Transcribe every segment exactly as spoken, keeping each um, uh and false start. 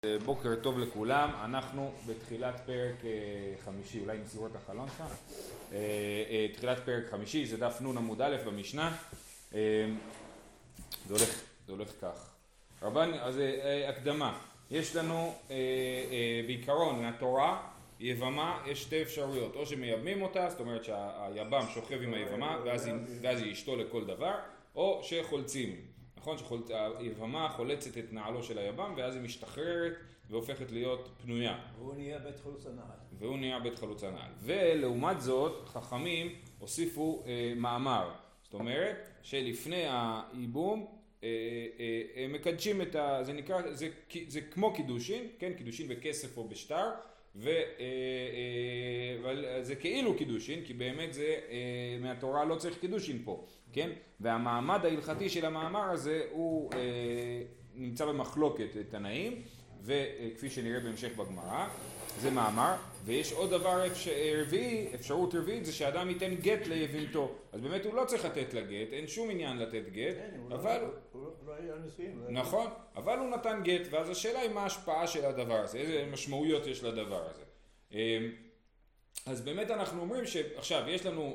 בוקר טוב לכולם, אנחנו בתחילת פרק חמישי, אולי נסירו את החלון שם, תחילת פרק חמישי, זה דף נון עמוד א' במשנה, זה הולך, זה הולך כך. רבן, אז הקדמה, יש לנו בעיקרון מהתורה, יבמה, יש שתי אפשרויות, או שמייבמים אותה, זאת אומרת שהיבם שוכב עם היבמה ואז היא, ואז היא אשתו לכל דבר, או שחולצים. נכון שהיבמה חולצת את נעלו של היבם ואז היא משתחררת והופכת להיות פנויה. והוא נהיה בית חלוץ הנעל. והוא נהיה בית חלוץ הנעל. ולעומת זאת חכמים הוסיפו אה, מאמר. זאת אומרת שלפני הייבום אה, אה, מקדשים את ה... זה נקרא, זה, זה כמו קידושין, כן? קידושין בכסף או בשטר. וזה אה, אה, כאילו קידושין, כי באמת זה אה, מהתורה לא צריך קידושין פה. כן? והמעמד ההלכתי של המאמר הזה הוא אה, נמצא במחלוקת תנאים, וכפי שנראה בהמשך בגמרא, זה מאמר, ויש עוד דבר רביעי, אפשרות רביעית, זה שאדם ייתן גט ליבמתו. אז באמת הוא לא צריך לתת לה גט, אין שום עניין לתת גט, כן, אבל... הוא לא, הוא לא היה נשיאים. נכון, אבל הוא נתן גט, ואז השאלה היא מה ההשפעה של הדבר הזה, איזה משמעויות יש לדבר הזה. אז באמת אנחנו אומרים שעכשיו יש לנו...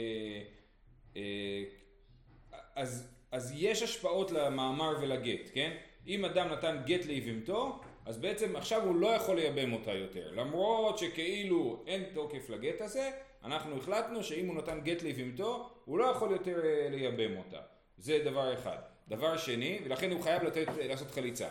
אז, אז יש השפעות למאמר ולגט, כן? אם אדם נתן גט ליבמתו, אז בעצם עכשיו הוא לא יכול לייבם אותה יותר. למרות שכאילו אין תוקף לגט הזה, אנחנו החלטנו שאם הוא נתן גט ליבמתו, הוא לא יכול יותר לייבם אותה. זה דבר אחד. דבר שני, ולכן הוא חייב לתת, לעשות חליצה.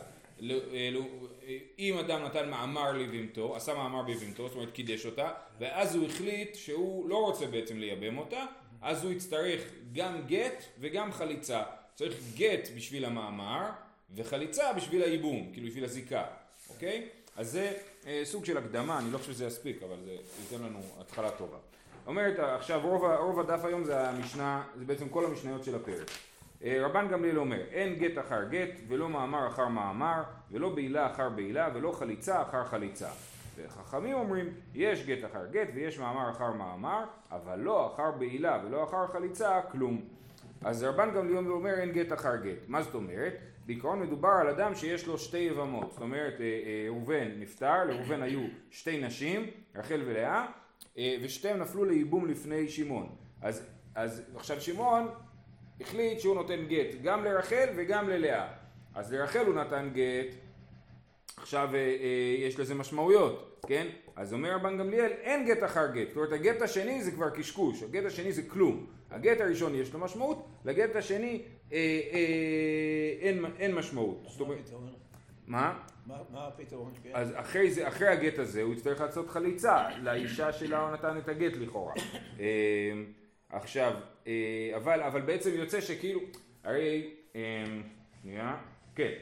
אם אדם נתן מאמר ליבמתו, עשה מאמר ביבמתו, זאת אומרת קידש אותה, ואז הוא החליט שהוא לא רוצה בעצם לייבם אותה, אז הוא יצטרך גם גט וגם חליצה. צריך גט בשביל המאמר וחליצה בשביל הייבום, כאילו בשביל הזיקה, אוקיי? אז זה אה, סוג של הקדמה, אני לא חושב שזה יספיק, אבל זה ייתן לנו התחלה טובה. אומרת עכשיו, רוב, רוב הדף היום זה המשנה, זה בעצם כל המשניות של הפרק. אה, רבן גמליאל אומר, אין גט אחר גט ולא מאמר אחר מאמר ולא בעילה אחר בעילה ולא חליצה אחר חליצה. וחכמים אומרים, יש גט אחר גט ויש מאמר אחר מאמר, אבל לא אחר בעילה ולא אחר חליצה, כלום. אז רבן גמליאל אומר, אין גט אחר גט. מה זאת אומרת? בעיקרון מדובר על אדם שיש לו שתי יבמות. זאת אומרת, ראובן נפטר, לראובן היו שתי נשים, רחל ולאה, ושתיהם נפלו לייבום לפני שמעון. אז, אז עכשיו שמעון החליט שהוא נותן גט גם לרחל וגם ללאה. אז לרחל הוא נתן גט, עכשיו יש לזה משמעויות, כן? אז אומר רבן גמליאל, אין גט אחר גט. זאת אומרת, הגט השני זה כבר קשקוש, הגט השני זה כלום. הגט הראשון יש לו משמעות, לגט השני אה, אה, אין, אין משמעות. מה הפתרון? מה? מה, מה הפתרון? כן? אז אחרי, זה, אחרי הגט הזה הוא יצטרך לעשות חליצה לאישה שלה הוא נתן את הגט לכאורה. אה, עכשיו, אה, אבל, אבל בעצם יוצא שכאילו, הרי, אה, נראה, כן.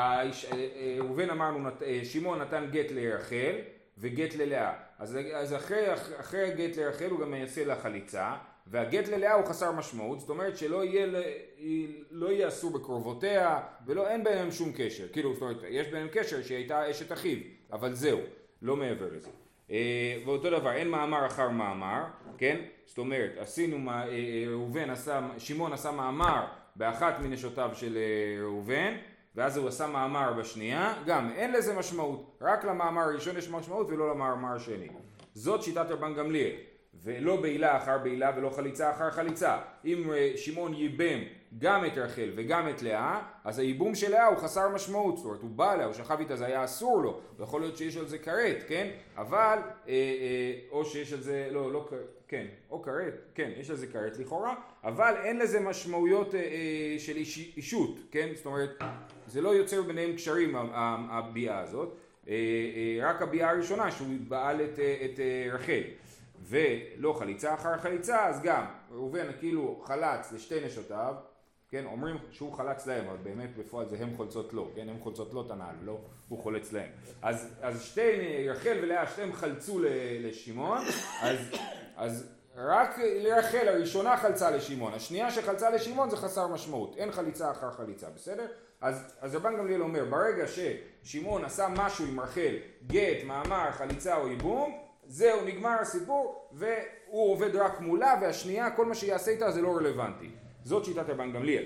ראובן אמרנו, שמעון נתן גט לרחל וגט ללאה. אז, אז אחרי, אחרי הגט לרחל הוא גם יעשה לה חליצה, והגט ללאה הוא חסר משמעות, זאת אומרת שלא יהיה, לא יהיה אסור בקרובותיה, ולא, אין ביניהם שום קשר. כאילו, זאת אומרת, יש ביניהם קשר שהיא הייתה אשת אחיו, אבל זהו, לא מעבר לזה. ואותו דבר, אין מאמר אחר מאמר, כן? זאת אומרת, עשינו, ראובן עשה, שמעון עשה מאמר באחת מנשותיו של ראובן, ואז הוא עשה מאמר בשנייה, גם אין לזה משמעות, רק למאמר הראשון יש משמעות ולא למאמר השני. זאת שיטת רבן גמליאל, ולא בעילה אחר בעילה ולא חליצה אחר חליצה. אם שמעון ייבם גם את רחל וגם את לאה, אז הייבום של לאה הוא חסר משמעות, זאת אומרת הוא בא לה, הוא שכב איתה, זה היה אסור לו, ויכול להיות שיש על זה כרת, כן? אבל, אה, אה, או שיש על זה, לא, לא כרת, כן, או כרת, כן, יש על זה כרת לכאורה, אבל אין לזה משמעויות אה, אה, של איש, אישות, כן? זאת אומרת, זה לא יוצר ביניהם קשרים הביאה הזאת, אה, אה, רק הביאה הראשונה שהוא בעל את, את אה, רחל. ולא חליצה אחר חליצה, אז גם ראובן כאילו חלץ לשתי נשותיו, כן, אומרים שהוא חלץ להם, אבל באמת בפועל זה הם חולצות לו, כן, הם חולצות לו תנעל, לא הוא חולץ להם. אז, אז שתי, רחל ולאה, שתיהם חלצו לשמעון, אז, אז רק לרחל הראשונה חלצה לשמעון, השנייה שחלצה לשמעון זה חסר משמעות, אין חליצה אחר חליצה, בסדר? אז, אז רבן גמליאל אומר, ברגע ששמעון עשה משהו עם רחל, גט, מאמר, חליצה או ייבום, זהו, נגמר הסיפור, והוא עובד רק מולה, והשנייה, כל מה שיעשה איתה זה לא רלוונטי. זאת שיטת רבן גמליאל.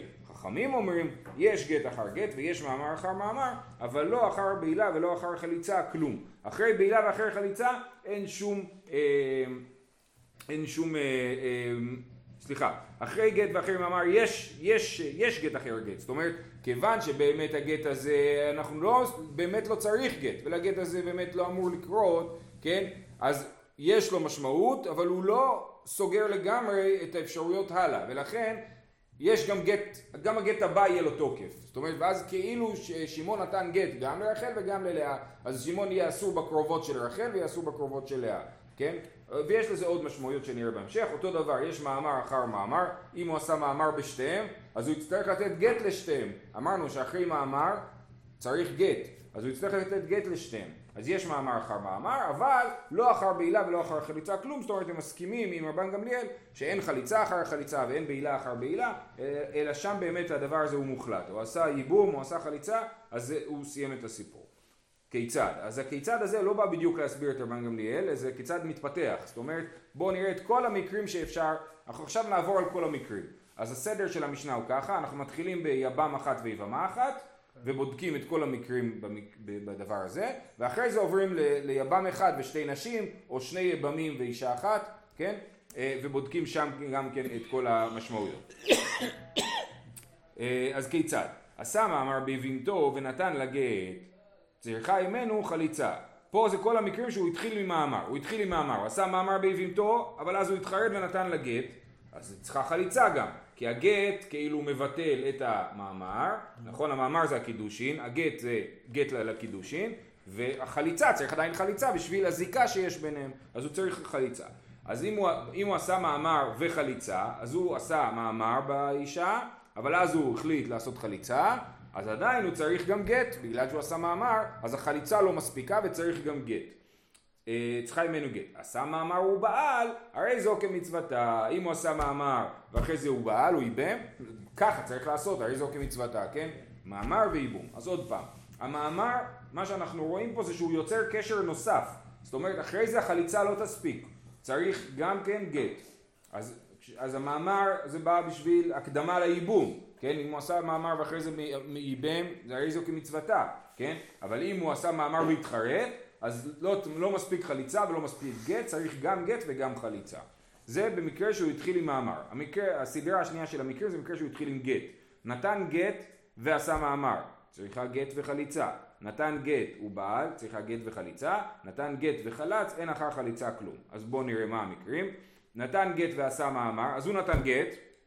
חכמים אומרים, יש גט אחר גט ויש מאמר אחר מאמר, אבל לא אחר בעילה ולא אחר חליצה, כלום. אחרי בעילה ואחרי חליצה אין שום, אה, אין שום, אה, אה, סליחה, אחרי גט ואחרי מאמר יש, יש, יש גט אחר גט. זאת אומרת, כיוון שבאמת הגט הזה, אנחנו לא, באמת לא צריך גט, ולגט הזה באמת לא אמור לקרות, כן? אז יש לו משמעות, אבל הוא לא סוגר לגמרי את האפשרויות הלאה, ולכן יש גם גט, גם הגט הבא יהיה לו תוקף. זאת אומרת, ואז כאילו שמעון נתן גט גם לרחל וגם ללאה, אז שמעון יהיה אסור בקרובות של רחל ויהיה אסור בקרובות של לאה, כן? ויש לזה עוד משמעויות שנראה בהמשך. אותו דבר, יש מאמר אחר מאמר, אם הוא עשה מאמר בשתיהם, אז הוא יצטרך לתת גט לשתיהם. אמרנו שאחרי מאמר צריך גט, אז הוא יצטרך לתת גט לשתיהם. אז יש מאמר אחר מאמר, אבל לא אחר בעילה ולא אחר חליצה כלום. זאת אומרת, הם מסכימים עם רבן גמליאל שאין חליצה אחר חליצה ואין בעילה אחר בעילה, אלא שם באמת הדבר הזה הוא מוחלט. הוא עשה ייבום, הוא עשה חליצה, אז הוא סיים את הסיפור. כיצד? אז הכיצד הזה לא בא בדיוק להסביר את רבן גמליאל, זה כיצד מתפתח. זאת אומרת, בואו נראה את כל המקרים שאפשר, אנחנו עכשיו נעבור על כל המקרים. אז הסדר של המשנה הוא ככה, אנחנו מתחילים ביבם אחת ויבמה אחת, ובודקים את כל המקרים בדבר הזה, ואחרי זה עוברים ליבם אחד ושתי נשים, או שני יבמים ואישה אחת, כן? ובודקים שם גם כן את כל המשמעויות. אז כיצד? עשה מאמר בבהמתו ונתן לה גט, צריכה ממנו חליצה. פה זה כל המקרים שהוא התחיל ממאמר, הוא התחיל ממאמר, הוא עשה מאמר בבהמתו, אבל אז הוא התחרט ונתן לה גט, אז צריכה חליצה גם. כי הגט כאילו מבטל את המאמר, נכון? המאמר זה הקידושין, הגט זה גט לקידושין, והחליצה, צריך עדיין חליצה בשביל הזיקה שיש ביניהם, אז הוא צריך חליצה. אז אם הוא, אם הוא עשה מאמר וחליצה, אז הוא עשה מאמר באישה, אבל אז הוא החליט לעשות חליצה, אז עדיין הוא צריך גם גט, בגלל שהוא עשה מאמר, אז החליצה לא מספיקה וצריך גם גט. צריכה ממנו גט. עשה מאמר הוא בעל, הרי זו כמצוותה. אם הוא עשה מאמר ואחרי זה הוא בעל, הוא ייבם, ככה צריך לעשות, הרי זו כמצוותה, כן? מאמר וייבום. אז עוד פעם, המאמר, מה שאנחנו רואים פה זה שהוא יוצר קשר נוסף. זאת אומרת, אחרי זה החליצה לא תספיק. צריך גם כן גט. אז, אז המאמר זה בא בשביל הקדמה לייבום, כן? אם הוא עשה מאמר ואחרי זה ייבם, זה הרי זו כמצוותה, כן? אבל אם הוא עשה מאמר והתחרט, אז לא, לא מספיק חליצה ולא מספיק גט, צריך גם גט וגם חליצה. זה במקרה שהוא התחיל עם מאמר. המקרה, הסדרה השנייה של המקרה זה במקרה שהוא התחיל עם גט. נתן גט ועשה מאמר, צריכה גט וחליצה. נתן גט הוא בעל, צריכה גט וחליצה. נתן גט וחלץ, אין אחר חליצה כלום. אז בואו נראה מה המקרים. נתן גט ועשה מאמר, אז הוא נתן גט.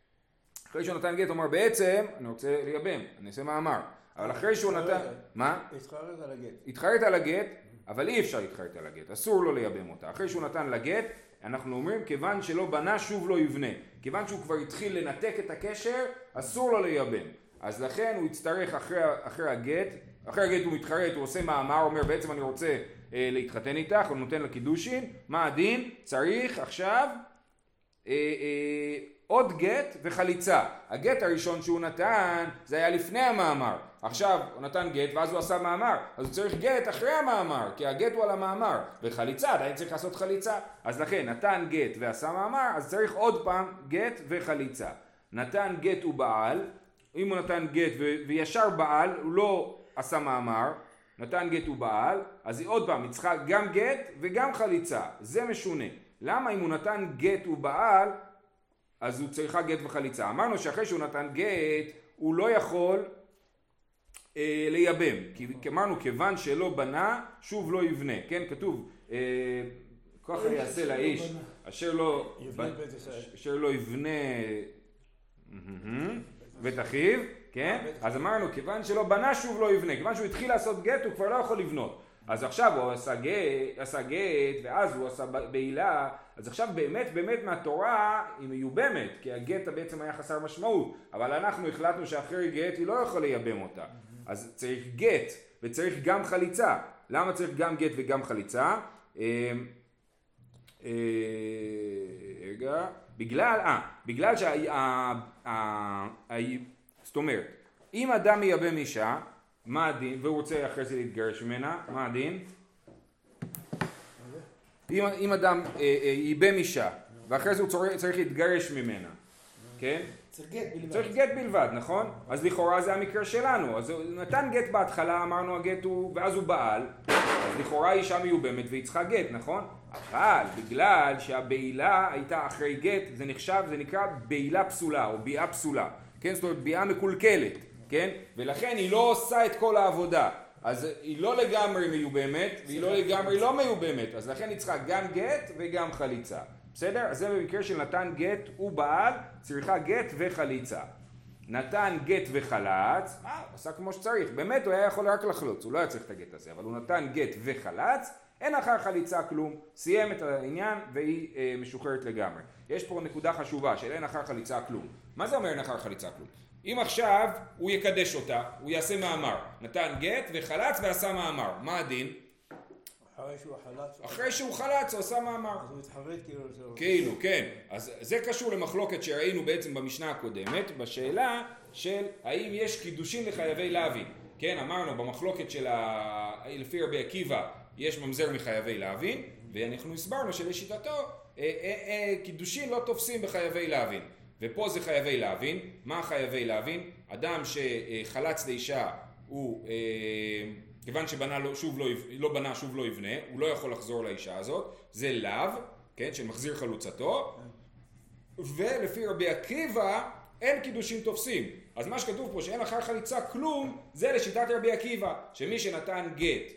אחרי שהוא נתן גט הוא אומר בעצם, אני רוצה לייבם, אני אעשה מאמר. אבל אחרי שהוא נתן... מה? התחרט על הגט. התחרט על הגט. אבל אי אפשר להתחרט על הגט, אסור לו לייבם אותה. אחרי שהוא נתן לגט, אנחנו אומרים, כיוון שלא בנה, שוב לא יבנה. כיוון שהוא כבר התחיל לנתק את הקשר, אסור לו לייבם. אז לכן הוא יצטרך אחרי, אחרי הגט, אחרי הגט הוא מתחרט, הוא עושה מאמר, אומר בעצם אני רוצה אה, להתחתן איתך, הוא נותן לה קידושין. מה הדין? צריך עכשיו אה, אה, עוד גט וחליצה. הגט הראשון שהוא נתן, זה היה לפני המאמר. עכשיו הוא נתן גט ואז הוא עשה מאמר, אז הוא צריך גט אחרי המאמר, כי הגט הוא על המאמר, וחליצה, עדיין צריך לעשות חליצה. אז לכן נתן גט ועשה מאמר, אז צריך עוד פעם גט וחליצה. נתן גט ובעל, אם הוא נתן גט ו- וישר בעל, הוא לא עשה מאמר, נתן גט ובעל, אז עוד פעם, היא צריכה גם גט וגם חליצה, זה משונה. למה אם הוא נתן גט ובעל, אז הוא צריכה גט וחליצה? אמרנו שאחרי שהוא נתן גט, הוא לא יכול אה, לייבם, כי אמרנו כיוון שלא בנה, שוב לא יבנה, כן? כתוב, אה, ככה יעשה לאיש, אשר לא, אשר לא יבנה בית אחיו, כן? אז אמרנו כיוון שלא בנה, שוב לא יבנה, כיוון שהוא התחיל לעשות גט, הוא כבר לא יכול לבנות. אז עכשיו הוא עשה גט, עשה גט, ואז הוא עשה בעילה, אז עכשיו באמת באמת מהתורה היא מיובמת, כי הגט בעצם היה חסר משמעות, אבל אנחנו החלטנו שאחרי גט היא לא יכולה לייבם אותה. אז צריך גט, וצריך גם חליצה. למה צריך גם גט וגם חליצה? רגע, בגלל, אה, בגלל שה... זאת אומרת, אם אדם מייבם אישה, מה הדין? והוא רוצה אחרי זה להתגרש ממנה, מה הדין? אם, אם אדם ייבם אישה, ואחרי זה הוא צריך, צריך להתגרש ממנה, כן? כן? צריך גט בלבד. צריך גט בלבד, נכון? אז לכאורה זה המקרה שלנו. אז הוא נתן גט בהתחלה, אמרנו הגט הוא, ואז הוא בעל, אז לכאורה אישה מיובמת והיא צריכה גט, נכון? אבל בגלל שהבעילה הייתה אחרי גט, זה נחשב, זה נקרא בעילה פסולה או ביאה פסולה, כן? זאת אומרת ביאה מקולקלת, כן? ולכן היא לא עושה את כל העבודה. אז היא לא לגמרי מיובמת, והיא לא לגמרי לא מיובמת, אז לכן היא צריכה גם גט וגם חליצה. בסדר? אז זה במקרה של נתן גט ובעל, צריכה גט וחליצה. נתן גט וחלץ, אה, עשה כמו שצריך, באמת הוא היה יכול רק לחלוץ, הוא לא היה צריך את הגט הזה, אבל הוא נתן גט וחלץ, אין אחר חליצה כלום, סיים את העניין והיא אה, משוחררת לגמרי. יש פה נקודה חשובה של אין אחר חליצה כלום. מה זה אומר אין אחר חליצה כלום? אם עכשיו הוא יקדש אותה, הוא יעשה מאמר, נתן גט וחלץ ועשה מאמר, מה הדין? אחרי שהוא חלץ. אחרי שהוא חלץ הוא עשה מאמר. אז הוא התחרט כאילו. כאילו, כן. אז זה קשור למחלוקת שראינו בעצם במשנה הקודמת, בשאלה של האם יש קידושין לחייבי להבין. כן, אמרנו במחלוקת של ה... לפי רבי עקיבא יש ממזר מחייבי להבין, ואנחנו הסברנו שלשיטתו אה, אה, אה, קידושין לא תופסים בחייבי להבין. ופה זה חייבי להבין. מה חייבי להבין? אדם שחלץ לאישה הוא... אה, כיוון שבנה לא, שוב לא, לא בנה שוב לא יבנה, הוא לא יכול לחזור לאישה הזאת, זה לאו, כן, שמחזיר חלוצתו, ולפי רבי עקיבא אין קידושים תופסים. אז מה שכתוב פה שאין אחר חליצה כלום, זה לשיטת רבי עקיבא, שמי שנתן גט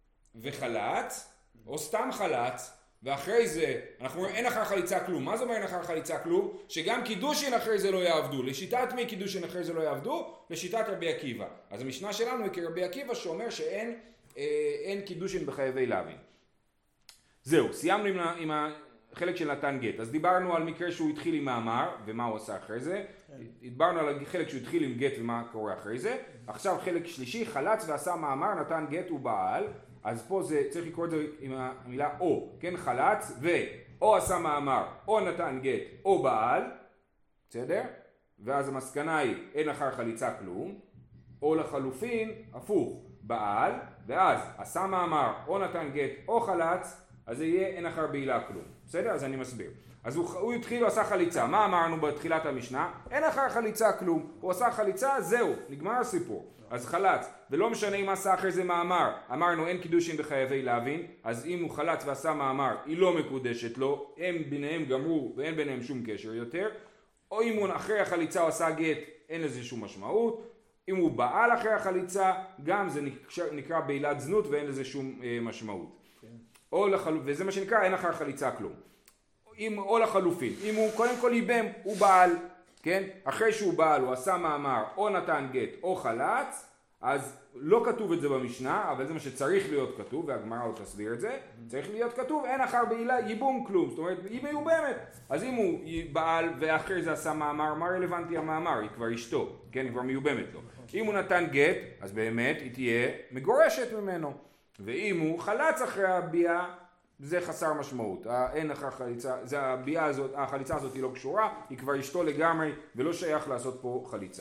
וחלץ, או סתם חלץ, ואחרי זה, אנחנו אומרים אין אחר חליצה כלום. מה זה אומר אין אחר חליצה כלום? שגם קידושין אחרי זה לא יעבדו. לשיטת מי קידושין אחרי זה לא יעבדו? לשיטת רבי עקיבא. אז המשנה שלנו היא כרבי עקיבא שאומר שאין אה, אין קידושין בחייבי להבין. זהו, סיימנו עם, עם החלק של נתן גט. אז דיברנו על מקרה שהוא התחיל עם מאמר, ומה הוא עשה אחרי זה. דיברנו על החלק שהוא התחיל עם גט ומה קורה אחרי זה. עכשיו חלק שלישי, חלץ ועשה מאמר, נתן גט ובעל. אז פה זה, צריך לקרוא את זה עם המילה או, כן, חלץ ו, או עשה מאמר, או נתן גט, או בעל, בסדר? ואז המסקנה היא, אין אחר חליצה כלום, או לחלופין, הפוך, בעל, ואז עשה מאמר, או נתן גט, או חלץ, אז זה יהיה אין אחר בעילה כלום, בסדר? אז אני מסביר. אז הוא, הוא התחיל, הוא עשה חליצה, מה אמרנו בתחילת המשנה? אין אחר חליצה כלום, הוא עשה חליצה, זהו, נגמר הסיפור. אז חלץ, ולא משנה אם עשה אחרי זה מאמר, אמרנו אין קידושין בחייבי להבין, אז אם הוא חלץ ועשה מאמר, היא לא מקודשת לו, הם ביניהם גמרו ואין ביניהם שום קשר יותר, או אם הוא אחרי החליצה הוא עשה גט, אין לזה שום משמעות, אם הוא בעל אחרי החליצה, גם זה נקרא, נקרא בעילת זנות ואין לזה שום אה, משמעות. Okay. או לחלופ... וזה מה שנקרא, אין אחר חליצה כלום. אם, או לחלופין, אם הוא קודם כל ייבם, הוא בעל, כן? אחרי שהוא בעל, הוא עשה מאמר, או נתן גט, או חלץ, אז לא כתוב את זה במשנה, אבל זה מה שצריך להיות כתוב, והגמרא עוד תסביר את זה, צריך להיות כתוב, אין אחר בעילה ייבום כלום, זאת אומרת, היא מיובמת. אז אם הוא בעל ואחרי זה עשה מאמר, מה רלוונטי המאמר? היא כבר אשתו, כן? היא כבר מיובמת לו. אם הוא נתן גט, אז באמת היא תהיה מגורשת ממנו. ואם הוא חלץ אחרי הביאה, זה חסר משמעות. אין אחר חליצה, זה הביאה הזאת, החליצה הזאת היא לא קשורה, היא כבר אשתו לגמרי, ולא שייך לעשות פה חליצה.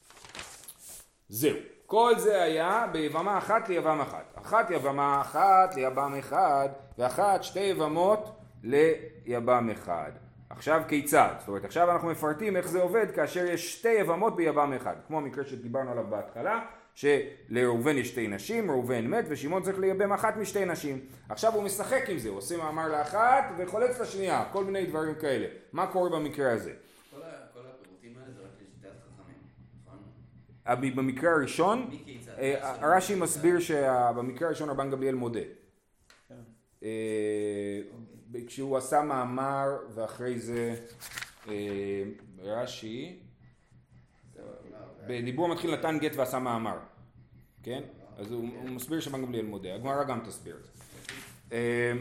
זהו. כל זה היה ביבמה אחת ליבם אחת. אחת יבמה אחת ליבם אחד, ואחת שתי יבמות ליבם אחד. עכשיו כיצד? זאת אומרת, עכשיו אנחנו מפרטים איך זה עובד כאשר יש שתי יבמות ביבם אחד. כמו המקרה שדיברנו עליו בהתחלה, שלראובן יש שתי נשים, ראובן מת, ושמעון צריך לייבם אחת משתי נשים. עכשיו הוא משחק עם זה, הוא עושה מאמר לאחת וחולץ לשנייה, כל מיני דברים כאלה. מה קורה במקרה הזה? כל הפירוטים האלה זה רק לשיטת חכמים, נכון? במקרה הראשון, רש"י מסביר שבמקרה הראשון רבן גמליאל מודה. כשהוא עשה מאמר ואחרי זה רש"י, בדיבור מתחיל נתן גט ועשה מאמר, כן? אז הוא מסביר שרבן גמליאל מודה, הגמרא גם תסביר את זה.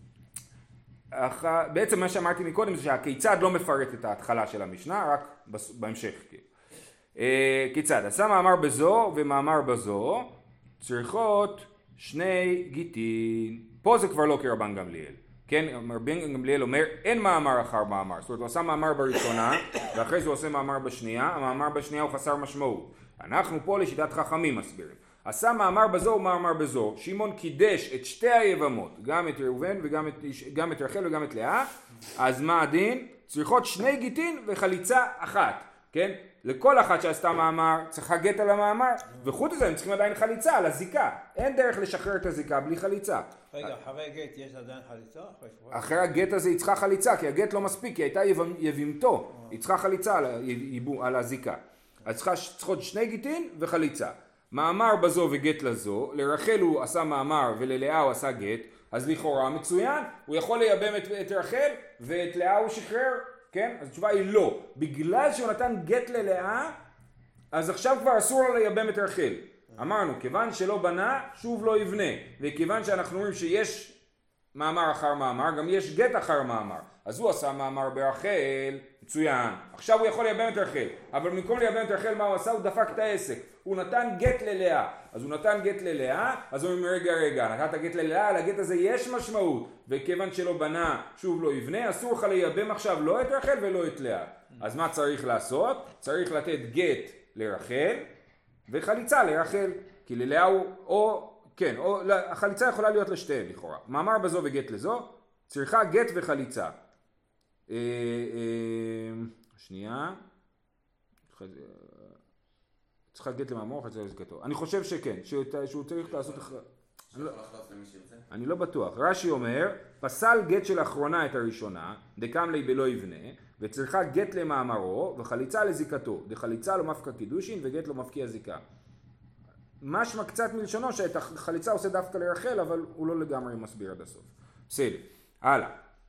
בעצם מה שאמרתי מקודם זה שהכיצד לא מפרט את ההתחלה של המשנה, רק בהמשך. כיצד? עשה מאמר בזו ומאמר בזו, צריכות שני גיטין. פה זה כבר לא כרבן גמליאל. כן, רבן גמליאל אומר, אין מאמר אחר מאמר. זאת אומרת, הוא עשה מאמר בראשונה, ואחרי זה הוא עושה מאמר בשנייה, המאמר בשנייה הוא חסר משמעות. אנחנו פה לשיטת חכמים מסבירים. עשה מאמר בזו ומאמר בזו, שמעון קידש את שתי היבמות, גם את ראובן וגם את, גם את רחל וגם את לאה, אז מה הדין? צריכות שני גיטין וחליצה אחת, כן? לכל אחת שעשתה מאמר צריכה גט על המאמר, וחוץ מזה הם צריכים עדיין חליצה על הזיקה. אין דרך לשחרר את הזיקה בלי חליצה. רגע, אחרי גט יש עדיין חליצה? אחרי הגט הזה היא צריכה חליצה, כי הגט לא מספיק, היא הייתה יבימתו, היא צריכה חליצה על, על הזיקה. אז צריכה, צריכות שני גיטין וחליצה. מאמר בזו וגט לזו, לרחל הוא עשה מאמר וללאה הוא עשה גט, אז לכאורה מצוין, הוא יכול לייבם את, את רחל ואת לאה הוא שחרר, כן? אז התשובה היא לא. בגלל שהוא נתן גט ללאה, אז עכשיו כבר אסור לו לייבם את רחל. אמרנו, כיוון שלא בנה, שוב לא יבנה. וכיוון שאנחנו אומרים שיש מאמר אחר מאמר, גם יש גט אחר מאמר. אז הוא עשה מאמר ברחל, מצוין. עכשיו הוא יכול לייבם את רחל. אבל במקום לייבם את רחל, מה הוא עשה? הוא דפק את העסק. הוא נתן גט ללאה. אז הוא נתן גט ללאה, אז הוא אומר, רגע, רגע, נתת גט ללאה, לגט הזה יש משמעות. וכיוון שלא בנה, שוב לא יבנה, אסור לך לייבם עכשיו לא את רחל ולא את לאה. אז מה צריך לעשות? צריך לתת גט לרחל וחליצה לרחל. כי ללאה הוא, או, כן, או, החליצה יכולה להיות לשתיהם לכאורה. מאמר בזו וגט לזו, צריכה גט וחליצה. אה, אה, שנייה. צריכה גט למאמר, חליצה לזיקתו. אני חושב שכן, שהוא צריך לעשות אחרי... אני לא בטוח. רש"י אומר, פסל גט של האחרונה את הראשונה, דקם לי בלא יבנה, וצריכה גט למאמרו וחליצה לזיקתו. דחליצה לא מפקע קידושין וגט לא מפקיע זיקה. משמע קצת מלשונו שאת החליצה עושה דווקא לרחל, אבל הוא לא לגמרי מסביר עד הסוף. בסדר, הלאה.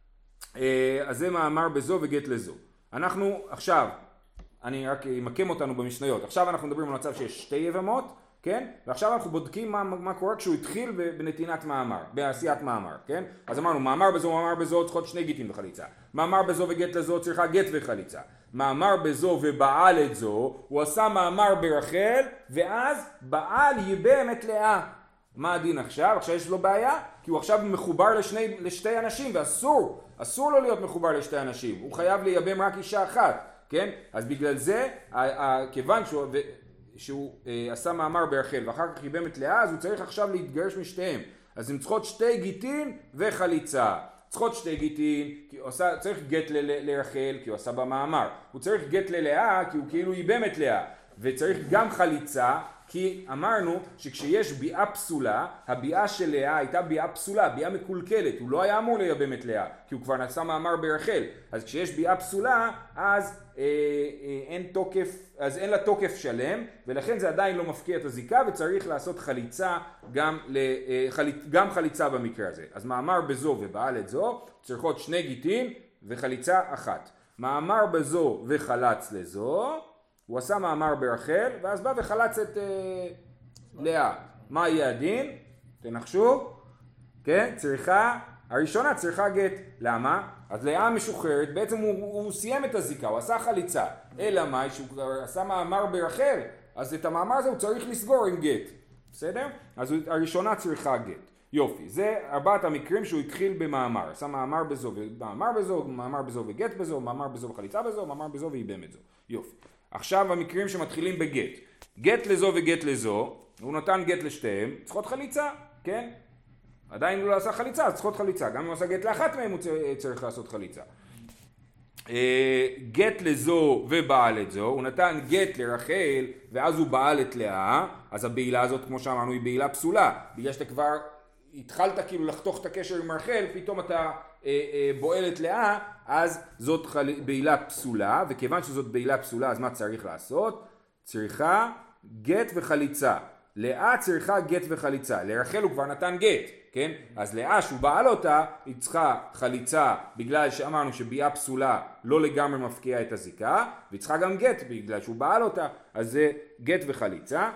אז זה מאמר בזו וגט לזו. אנחנו עכשיו, אני רק אמקם אותנו במשניות, עכשיו אנחנו מדברים על מצב שיש שתי יבמות, כן? ועכשיו אנחנו בודקים מה, מה קורה כשהוא התחיל בנתינת מאמר, בעשיית מאמר, כן? אז אמרנו, מאמר בזו, מאמר בזו, צריכות שני גיטים וחליצה. מאמר בזו וגט לזו, צריכה גט וחליצה. מאמר בזו ובעל את זו, הוא עשה מאמר ברחל, ואז בעל ייבם את לאה. מה הדין עכשיו? עכשיו יש לו בעיה, כי הוא עכשיו מחובר לשני, לשתי אנשים, ואסור, אסור לו להיות מחובר לשתי אנשים. הוא חייב לייבם רק אישה אחת, כן? אז בגלל זה, כיוון שהוא... שהוא אה, עשה מאמר ברחל ואחר כך ייבם את לאה, אז הוא צריך עכשיו להתגרש משתיהם. אז הם צריכות שתי גיטין וחליצה. צריכות שתי גיטין, כי הוא עשה, צריך גט ל- ל- לרחל כי הוא עשה במאמר. הוא צריך גט ללאה כי הוא כאילו ייבם את לאה. וצריך גם חליצה, כי אמרנו שכשיש ביאה פסולה, הביאה של לאה הייתה ביאה פסולה, ביאה מקולקלת. הוא לא היה אמור לייבם את לאה, כי הוא כבר נעשה מאמר ברחל. אז כשיש ביאה פסולה, אז אה, אה, אין תוקף, אז אין לה תוקף שלם, ולכן זה עדיין לא מפקיע את הזיקה, וצריך לעשות חליצה, גם, אה, חל, גם חליצה במקרה הזה. אז מאמר בזו ובעל את זו, צריכות שני גיטין וחליצה אחת. מאמר בזו וחלץ לזו, הוא עשה מאמר ברחל, ואז בא וחלץ את אה, לאה. מה יהיה הדין? תנחשו. כן? צריכה, הראשונה צריכה גט. למה? אז לאה משוחררת, בעצם הוא, הוא סיים את הזיקה, הוא עשה חליצה. אלא מה? שהוא עשה מאמר ברחל, אז את המאמר הזה הוא צריך לסגור עם גט. בסדר? אז הראשונה צריכה גט. יופי. זה ארבעת המקרים שהוא התחיל במאמר. עשה מאמר בזו ומאמר בזו, מאמר בזו וגט בזו, מאמר בזו וחליצה בזו, מאמר בזו וייבם את זו. יופי. עכשיו המקרים שמתחילים בגט. גט לזו וגט לזו, הוא נתן גט לשתיהם, צריכות חליצה, כן? עדיין הוא לא עשה חליצה, אז צריכות חליצה. גם אם הוא עשה גט לאחת מהם הוא צריך לעשות חליצה. גט לזו ובעל את זו, הוא נתן גט לרחל ואז הוא בעל את לאה, אז הבעילה הזאת כמו שאמרנו היא בעילה פסולה. בגלל שאתה כבר התחלת כאילו לחתוך את הקשר עם רחל, פתאום אתה אה, אה, בועל את לאה, אז זאת חל... בעילה פסולה, וכיוון שזאת בעילה פסולה אז מה צריך לעשות? צריכה גט וחליצה. לאה צריכה גט וחליצה, לרחל הוא כבר נתן גט, כן? אז לאה שהוא בעל אותה, היא צריכה חליצה בגלל שאמרנו שביאה פסולה לא לגמרי מפקיעה את הזיקה, והיא צריכה גם גט בגלל שהוא בעל אותה, אז זה גט וחליצה.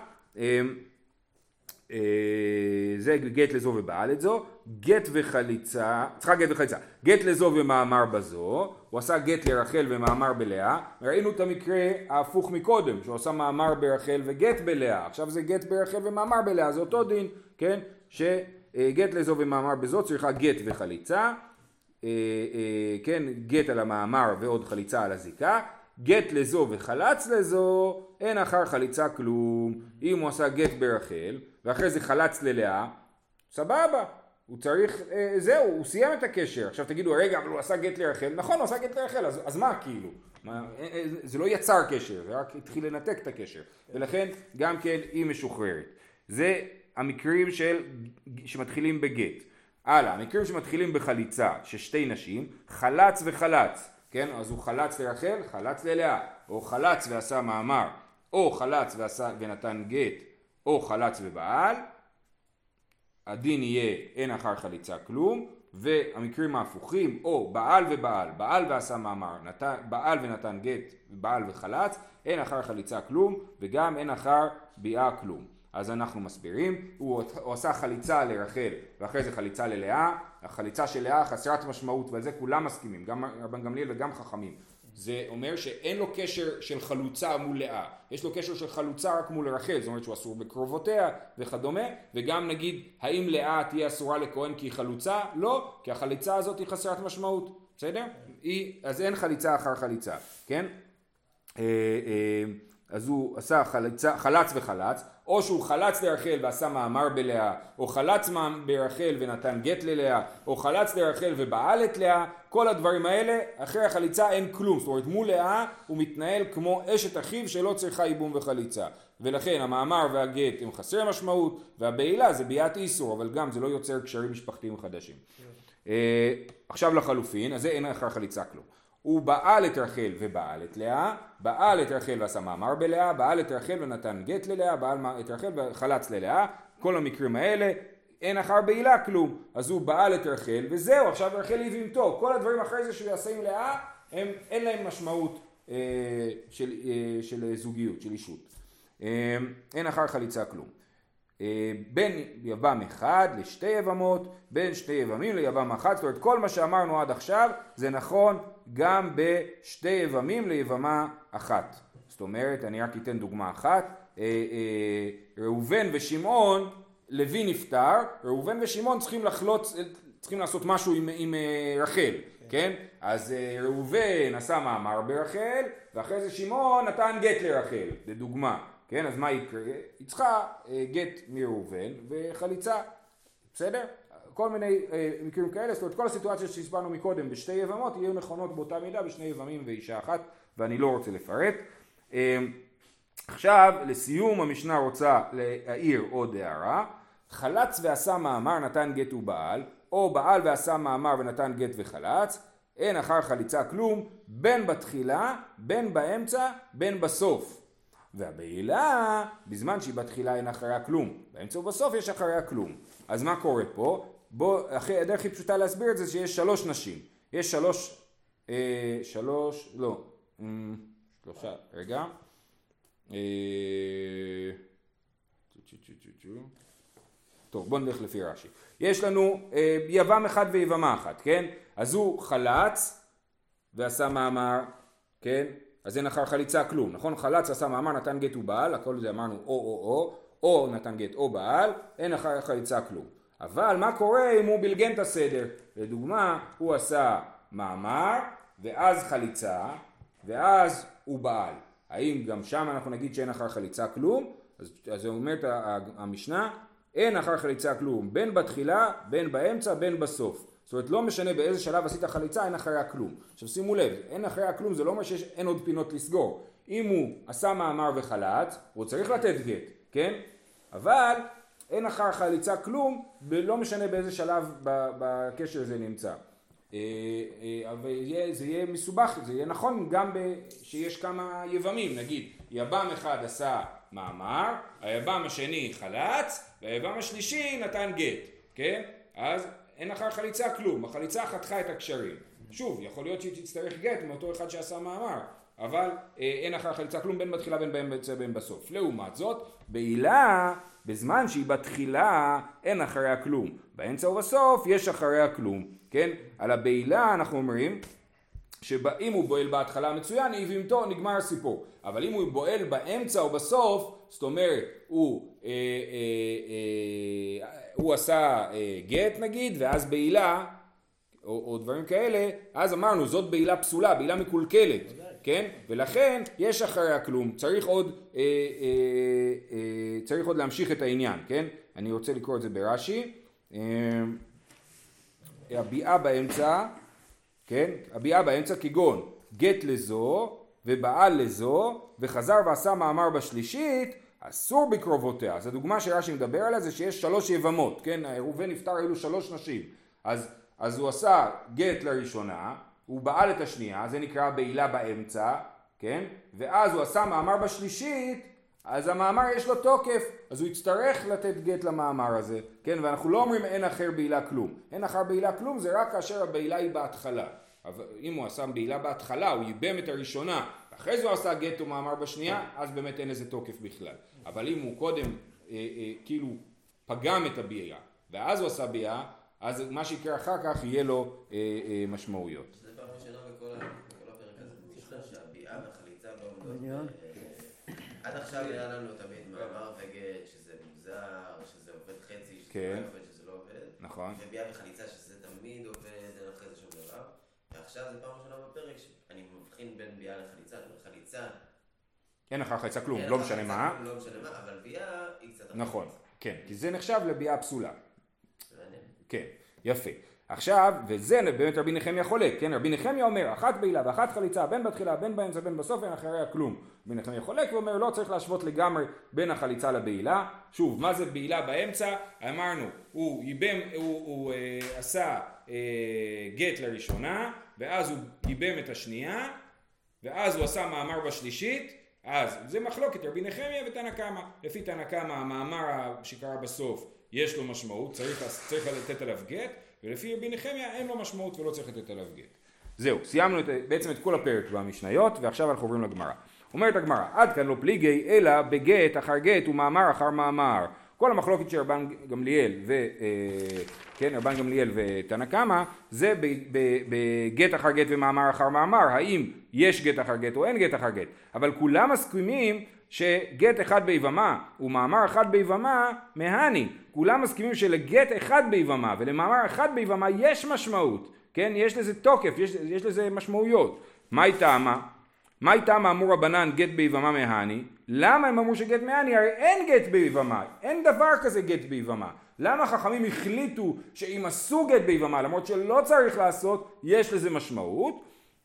זה גט לזו ובעל את זו, גט וחליצה, צריכה גט וחליצה, גט לזו ומאמר בזו, הוא עשה גט לרחל ומאמר בלאה, ראינו את המקרה ההפוך מקודם, שהוא עשה מאמר ברחל וגט בלאה, עכשיו זה גט ברחל ומאמר בלאה, זה אותו דין, כן, שגט לזו ומאמר בזו צריכה גט וחליצה, כן, גט על המאמר ועוד חליצה על הזיקה, גט לזו וחלץ לזו, אין אחר חליצה כלום. אם הוא עשה גט ברחל, ואחרי זה חלץ ללאה, סבבה, הוא צריך, אה, זהו, הוא סיים את הקשר. עכשיו תגידו, רגע, אבל הוא עשה גט לרחל. נכון, הוא עשה גט לרחל, אז, אז מה כאילו? מה, זה לא יצר קשר, זה רק התחיל לנתק את הקשר. ולכן גם כן היא משוחררת. זה המקרים של, שמתחילים בגט. הלאה, המקרים שמתחילים בחליצה, ששתי נשים, חלץ וחלץ. כן, אז הוא חלץ לרחל, חלץ ללאה. או חלץ ועשה מאמר, או חלץ ועשה, ונתן גט, או חלץ ובעל. הדין יהיה אין אחר חליצה כלום. והמקרים ההפוכים, או בעל ובעל, בעל ועשה מאמר, נתן, בעל ונתן גט, בעל וחלץ, אין אחר חליצה כלום, וגם אין אחר ביאה כלום. אז אנחנו מסבירים, הוא, הוא עשה חליצה לרחל, ואחרי זה חליצה ללאה, החליצה של לאה חסרת משמעות, ועל זה כולם מסכימים, גם רבן גמליאל וגם חכמים. זה אומר שאין לו קשר של חלוצה מול לאה, יש לו קשר של חלוצה רק מול רחל, זאת אומרת שהוא אסור בקרובותיה וכדומה, וגם נגיד האם לאה תהיה אסורה לכהן כי היא חלוצה? לא, כי החליצה הזאת היא חסרת משמעות, בסדר? היא, אז אין חליצה אחר חליצה, כן? אז הוא עשה חליצה, חלץ וחלץ, או שהוא חלץ לרחל ועשה מאמר בלאה, או חלץ ברחל ונתן גט ללאה, או חלץ לרחל ובעל את לאה, כל הדברים האלה, אחרי החליצה אין כלום, זאת אומרת מול לאה הוא מתנהל כמו אשת אחיו שלא צריכה ייבום וחליצה, ולכן המאמר והגט הם חסרי משמעות, והבעילה זה ביאת איסור, אבל גם זה לא יוצר קשרים משפחתיים חדשים. עכשיו לחלופין, אז זה אין אחר חליצה כלום. הוא בעל את רחל ובעל את לאה, בעל את רחל ועשה מאמר בלאה, בעל את רחל ונתן גט ללאה, בעל את רחל וחלץ ללאה, כל המקרים האלה אין אחר בעילה כלום, אז הוא בעל את רחל וזהו, עכשיו רחל יבימתו, כל הדברים אחרי זה שהוא יעשה עם לאה, הם, אין להם משמעות אה, של, אה, של זוגיות, של אישות, אה, אין אחר חליצה כלום. בין יבם אחד לשתי יבמות, בין שתי יבמים ליבם אחת, זאת אומרת כל מה שאמרנו עד עכשיו זה נכון גם בשתי יבמים ליבמה אחת. זאת אומרת, אני רק אתן דוגמה אחת, ראובן ושמעון, לוי נפטר, ראובן ושמעון צריכים לחלוץ, צריכים לעשות משהו עם, עם רחל, כן? אז ראובן עשה מאמר ברחל, ואחרי זה שמעון נתן גט לרחל, לדוגמה. כן, אז מה יקרה? היא צריכה גט מראובן וחליצה, בסדר? כל מיני מקרים כאלה, זאת אומרת כל הסיטואציות שהסברנו מקודם בשתי יבמות יהיו נכונות באותה מידה בשני יבמים ואישה אחת, ואני לא רוצה לפרט. עכשיו לסיום המשנה רוצה להעיר עוד הערה, חלץ ועשה מאמר נתן גט ובעל, או בעל ועשה מאמר ונתן גט וחלץ, אין אחר חליצה כלום, בין בתחילה, בין באמצע, בין בסוף. והבעילה, בזמן שהיא בתחילה אין אחריה כלום, באמצע ובסוף יש אחריה כלום. אז מה קורה פה? בוא, אחרי, הדרך הכי פשוטה להסביר את זה שיש שלוש נשים. יש שלוש, אה, שלוש, לא, אה, שלושה, רגע. אה, טוב, בוא נלך לפי רש"י. יש לנו אה, יבם אחד ויבמה אחת, כן? אז הוא חלץ ועשה מאמר, כן? אז אין אחר חליצה כלום, נכון? חלץ עשה מאמר, נתן גט ובעל, הכל זה אמרנו או או או, או נתן גט או בעל, אין אחר חליצה כלום. אבל מה קורה אם הוא בלגן את הסדר? לדוגמה, הוא עשה מאמר, ואז חליצה, ואז הוא בעל. האם גם שם אנחנו נגיד שאין אחר חליצה כלום? אז, אז זה אומרת המשנה, אין אחר חליצה כלום, בין בתחילה, בין באמצע, בין בסוף. זאת אומרת, לא משנה באיזה שלב עשית חליצה, אין אחריה כלום. עכשיו שימו לב, אין אחריה כלום, זה לא אומר שאין עוד פינות לסגור. אם הוא עשה מאמר וחלץ, הוא צריך לתת גט, כן? אבל אין אחר חליצה כלום, ולא משנה באיזה שלב בקשר זה נמצא. אבל זה יהיה מסובך, זה יהיה נכון גם שיש כמה יבמים, נגיד, יבם אחד עשה מאמר, היבם השני חלץ, והיבם השלישי נתן גט, כן? אז אין אחר חליצה כלום, החליצה חתכה את הקשרים. שוב, יכול להיות שהיא תצטרך גט מאותו אחד שעשה מאמר, אבל אה, אין אחר חליצה כלום בין בתחילה בין באמצע בין בסוף. לעומת זאת, בעילה, בזמן שהיא בתחילה, אין אחריה כלום. באמצע ובסוף יש אחריה כלום, כן? על הבעילה אנחנו אומרים, שאם הוא בועל בהתחלה מצוין, היא וימתו, נגמר הסיפור. אבל אם הוא בועל באמצע או בסוף, זאת אומרת, הוא, אה, אה, אה, הוא עשה אה, גט נגיד, ואז בעילה, או, או דברים כאלה, אז אמרנו, זאת בעילה פסולה, בעילה מקולקלת, כן? ולכן יש אחריה כלום, צריך עוד, אה, אה, אה, צריך עוד להמשיך את העניין, כן? אני רוצה לקרוא את זה ברש"י. אה, הביאה באמצע, כן? הביאה באמצע כגון גט לזו ובעל לזו וחזר ועשה מאמר בשלישית, אסור בקרובותיה. אז הדוגמה שרש"י מדבר עליה זה שיש שלוש יבמות, כן? ראובן נפטר, היו שלוש נשים. אז, אז הוא עשה גט לראשונה, הוא בעל את השנייה, זה נקרא בעילה באמצע, כן? ואז הוא עשה מאמר בשלישית, אז המאמר יש לו תוקף, אז הוא יצטרך לתת גט למאמר הזה, כן? ואנחנו לא אומרים אין אחר בעילה כלום. אין אחר בעילה כלום זה רק כאשר הבעילה היא בהתחלה. אבל אם הוא עשה בעילה בהתחלה, הוא ייבם את הראשונה, אחרי זה הוא עשה גט ומאמר בשנייה, אז באמת אין איזה תוקף בכלל. אבל אם הוא קודם אה, אה, כאילו פגם את הביאה, ואז הוא עשה ביאה, אז מה שיקרה אחר כך יהיה לו אה, אה, משמעויות. זה פעם ראשונה בכל הפרק הזה, תשמע שהביאה והחליצה בעובדות. עד עכשיו היה לנו תמיד מאמר וגט, שזה מוזר, שזה עובד חצי, שזה לא עובד, שזה לא עובד. נכון. וביאה וחליצה, שזה תמיד עובד, אין אחרי זה שום דבר. ועכשיו זה פעם ראשונה בפרק שאני מבחין בין ביאה לחליצה, חליצה. אין אחר חליצה כלום, לא משנה מה. לא משנה מה, אבל ביאה היא קצת... נכון, כן, כי זה נחשב לביאה פסולה. כן, יפה. עכשיו, וזה באמת רבי נחמיה חולק, כן? רבי נחמיה אומר, אחת בעילה ואחת חליצה, בין בתחילה, בין באמצע, בין בסוף, אין אחריה כלום. רבי נחמיה חולק ואומר, לא צריך להשוות לגמרי בין החליצה לבעילה. שוב, מה זה בעילה באמצע? אמרנו, הוא ייבם, הוא, הוא אה, עשה אה, גט לראשונה, ואז הוא ייבם את השנייה, ואז הוא עשה מאמר בשלישית, אז זה מחלוקת רבי נחמיה ותנא קמא. לפי תנא קמא, המאמר שקרה בסוף יש לו משמעות, צריך, צריך לתת עליו גט, ולפי רבי נחמיה אין לו משמעות ולא צריך לתת עליו גט. זהו, סיימנו את, בעצם את כל הפרק במשניות, ועכשיו אנחנו עוברים לגמרא. אומרת הגמרא, עד כאן לא פליגי, אלא בגט אחר גט ומאמר אחר מאמר. כל המחלוקת של רבן גמליאל ו... כן, רבן גמליאל ותנא קמא, זה בגט אחר גט ומאמר אחר מאמר, האם יש גט אחר גט או אין גט אחר גט. אבל כולם מסכימים שגט אחד ביבמה ומאמר אחד ביבמה מהני. כולם מסכימים שלגט אחד ביבמה ולמאמר אחד ביבמה יש משמעות, כן? יש לזה תוקף, יש, יש לזה משמעויות. מה הייתה מה? מה הייתה מה אמור רבנן גט ביבמה מהני? למה הם אמרו שגט מהני? הרי אין גט ביבמה, אין דבר כזה גט ביבמה. למה חכמים החליטו שאם עשו גט ביבמה, למרות שלא צריך לעשות, יש לזה משמעות?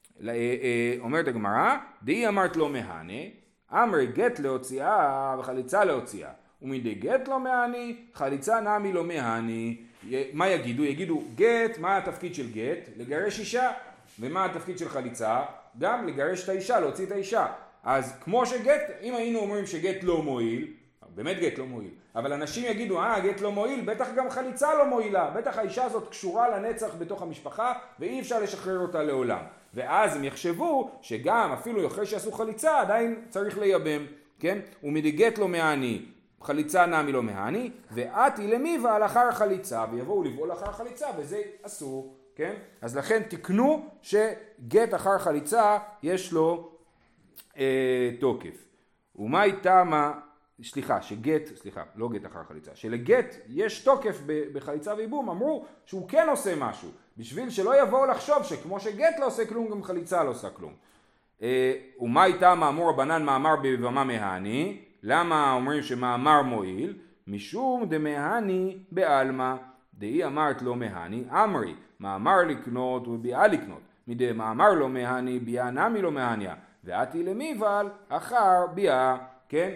אומרת הגמרא, דהי אמרת לא מהני, אמרי גט להוציאה וחליצה להוציאה. ומדי גט לא מהני, חליצה נמי לא מהני. מה יגידו? יגידו גט, מה התפקיד של גט? לגרש אישה. ומה התפקיד של חליצה? גם לגרש את האישה, להוציא את האישה. אז כמו שגט, אם היינו אומרים שגט לא מועיל, באמת גט לא מועיל, אבל אנשים יגידו, אה, גט לא מועיל, בטח גם חליצה לא מועילה, בטח האישה הזאת קשורה לנצח בתוך המשפחה, ואי אפשר לשחרר אותה לעולם. ואז הם יחשבו שגם אפילו אחרי שעשו חליצה, עדיין צריך לייבם, כן? ומדי גט לא מהני, חליצה נמי לא מהני, ואתי למיבה לאחר חליצה, ויבואו לבעול אחר חליצה, וזה אסור, כן? אז לכן תקנו שגט אחר חליצה יש לו אה, תוקף. ומה הייתה מה... סליחה, שגט, סליחה, לא גט אחר חליצה, שלגט יש תוקף בחליצה וייבום, אמרו שהוא כן עושה משהו, בשביל שלא יבואו לחשוב שכמו שגט לא עושה כלום, גם חליצה לא עושה כלום. ומה הייתה מאמור רבנן מאמר ביבמה מהני? למה אומרים שמאמר מועיל? משום דמהני בעלמא, דהי אמרת לא מהני, אמרי, מאמר לקנות וביאה לקנות, מדי מאמר לא מהני, ביאה נמי לא מהניה, ואתי למיבל אחר ביאה, כן?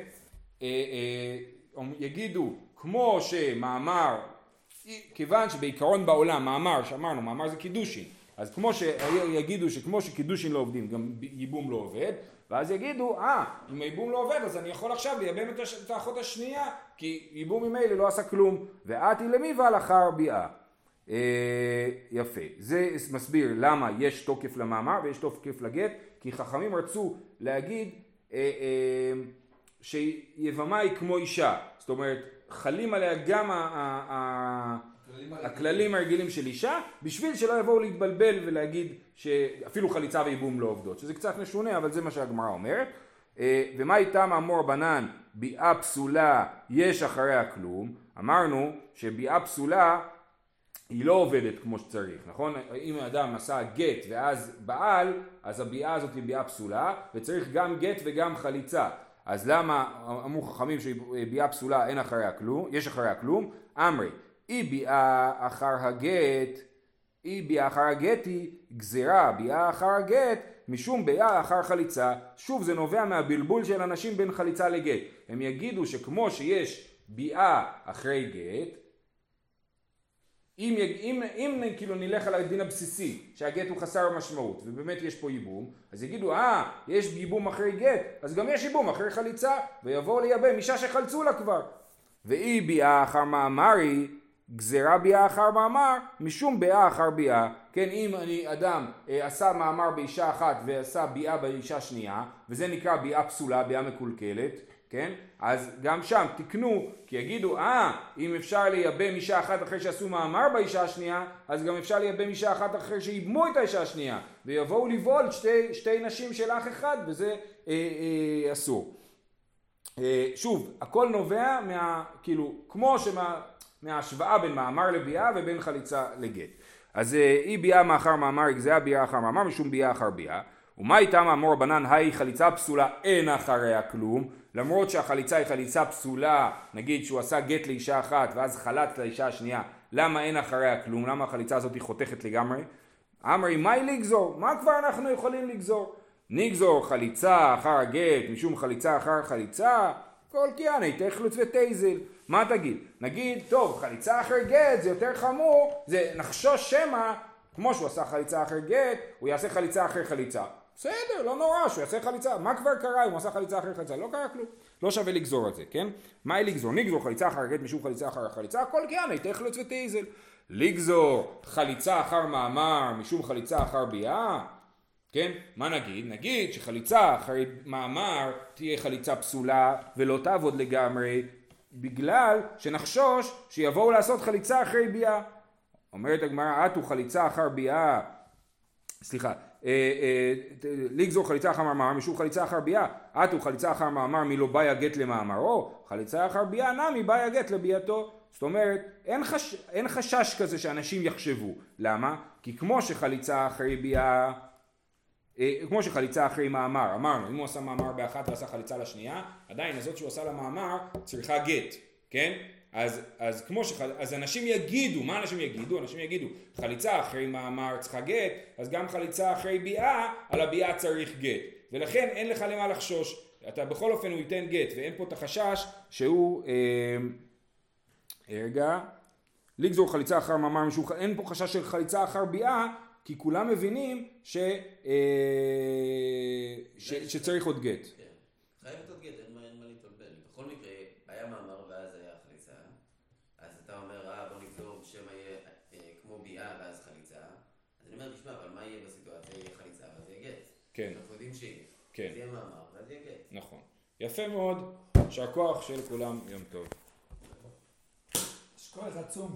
יגידו כמו שמאמר, כיוון שבעיקרון בעולם מאמר, שאמרנו מאמר זה קידושין, אז כמו שיגידו שכמו שקידושין לא עובדים גם ייבום לא עובד, ואז יגידו אה אם ייבום לא עובד אז אני יכול עכשיו לייבם את האחות השנייה כי ייבום ממילא לא עשה כלום, ואתי למיבל אחר ביאה. יפה, זה מסביר למה יש תוקף למאמר ויש תוקף לגט, כי חכמים רצו להגיד שיבמה היא כמו אישה, זאת אומרת חלים עליה גם הכללים הרגילים של אישה, בשביל שלא יבואו להתבלבל ולהגיד שאפילו חליצה וייבום לא עובדות, שזה קצת משונה אבל זה מה שהגמרא אומרת. ומה הייתה מאמור רבנן ביאה פסולה יש אחריה כלום? אמרנו שביאה פסולה היא לא עובדת כמו שצריך, נכון? אם האדם עשה גט ואז בעל, אז הביאה הזאת היא ביאה פסולה וצריך גם גט וגם חליצה. אז למה אמרו חכמים שביאה פסולה אין אחריה כלום, יש אחריה כלום? אמרי, אי ביאה אחר הגט, אי ביאה אחר הגט היא גזירה, ביאה אחר הגט, משום ביאה אחר חליצה. שוב, זה נובע מהבלבול של אנשים בין חליצה לגט. הם יגידו שכמו שיש ביאה אחרי גט, אם, אם, אם כאילו נלך על הדין הבסיסי, שהגט הוא חסר משמעות, ובאמת יש פה ייבום, אז יגידו, אה, יש ייבום אחרי גט, אז גם יש ייבום אחרי חליצה, ויבואו לייבם אישה שחלצו לה כבר. ואי ביאה אחר מאמר היא, גזירה ביאה אחר מאמר, משום ביאה אחר ביאה. כן, אם אני אדם אה, עשה מאמר באישה אחת ועשה ביאה באישה שנייה, וזה נקרא ביאה פסולה, ביאה מקולקלת, כן? אז גם שם תקנו, כי יגידו, אה, אם אפשר לייבם אישה אחת אחרי שעשו מאמר באישה השנייה, אז גם אפשר לייבם אישה אחת אחרי שיבמו את האישה השנייה, ויבואו לבעול שתי, שתי נשים של אח אחד, וזה אה, אה, אסור. אה, שוב, הכל נובע מה, כאילו, כמו שמה, מההשוואה בין מאמר לביאה ובין חליצה לגט. אז אה, אי ביאה מאחר מאמר, הגזירה ביאה אחר מאמר, משום ביאה אחר ביאה. ומה איתם אמור רבנן, היי חליצה פסולה, אין אחריה כלום, למרות שהחליצה היא חליצה פסולה, נגיד שהוא עשה גט לאישה אחת ואז חלץ לאישה השנייה, למה אין אחריה כלום? למה החליצה הזאת היא חותכת לגמרי? אמרי, מהי לגזור? מה כבר אנחנו יכולים לגזור? נגזור חליצה אחר הגט, משום חליצה אחר חליצה, כל קיאני, תחלוץ ותייזל. מה תגיד? נגיד, טוב, חליצה אחר גט זה יותר חמור, זה נחשוש שמה, כמו שהוא עשה חליצה אחר גט, הוא יעשה חליצה אחר חליצה. בסדר, לא נורא, שהוא יעשה חליצה. מה כבר קרה אם הוא עשה חליצה אחר חליצה? לא קרה כלום. לא שווה לגזור את זה, כן? מהי לגזור? נגזור חליצה אחר גט משום חליצה אחר חליצה, הכל קיאני, תחלוץ ותייזל. לגזור חליצה אחר מאמר משום חליצה אחר ביאה, כן? מה נגיד? נגיד שחליצה אחר מאמר תהיה חליצה פסולה ולא תעבוד לגמרי, בגלל שנחשוש שיבואו לעשות חליצה אחרי ביאה. אומרת הגמרא, אתו חליצה אחר ביאה, סליחה, לגזור חליצה אחר מאמר משום חליצה אחר ביאה, אתו חליצה אחר מאמר מלא באי הגט למאמרו, חליצה אחר ביאה נמי באי הגט לביאתו. זאת אומרת, אין, חש... אין חשש כזה שאנשים יחשבו. למה? כי כמו שחליצה אחרי ביאה, כמו שחליצה אחרי מאמר, אמרנו, אם הוא עשה מאמר באחת ועשה חליצה לשנייה, עדיין הזאת שהוא עשה למאמר צריכה גט, כן? אז, אז כמו שחל... אז אנשים יגידו, מה אנשים יגידו? אנשים יגידו, חליצה אחרי מאמר צריכה גט, אז גם חליצה אחרי ביאה, על הביאה צריך גט. ולכן אין לך למה לחשוש. אתה בכל אופן הוא ייתן גט, ואין פה את החשש שהוא, אה, רגע, לגזור חליצה אחר מאמר משום, אין פה חשש של חליצה אחר ביאה, כי כולם מבינים ש, אה, ש, שצריך עוד גט. כן. חייבת עוד גט, אין מה, אין מה להתבלבל. בכל מקרה, היה מאמר ואז היה חליצה, אז אתה אומר, אה, בוא נגזור שמא יהיה אה, כמו ביאה ואז חליצה, אז אני אומר, תשמע, אבל מה יהיה בסיטואציה? יהיה חליצה ואז יהיה גט. כן. אנחנו יודעים שיהיה. כן. אז יהיה מאמר ואז יהיה גט. נכון. יפה מאוד, שהכוח של כולם יום טוב. יש כוח עצום.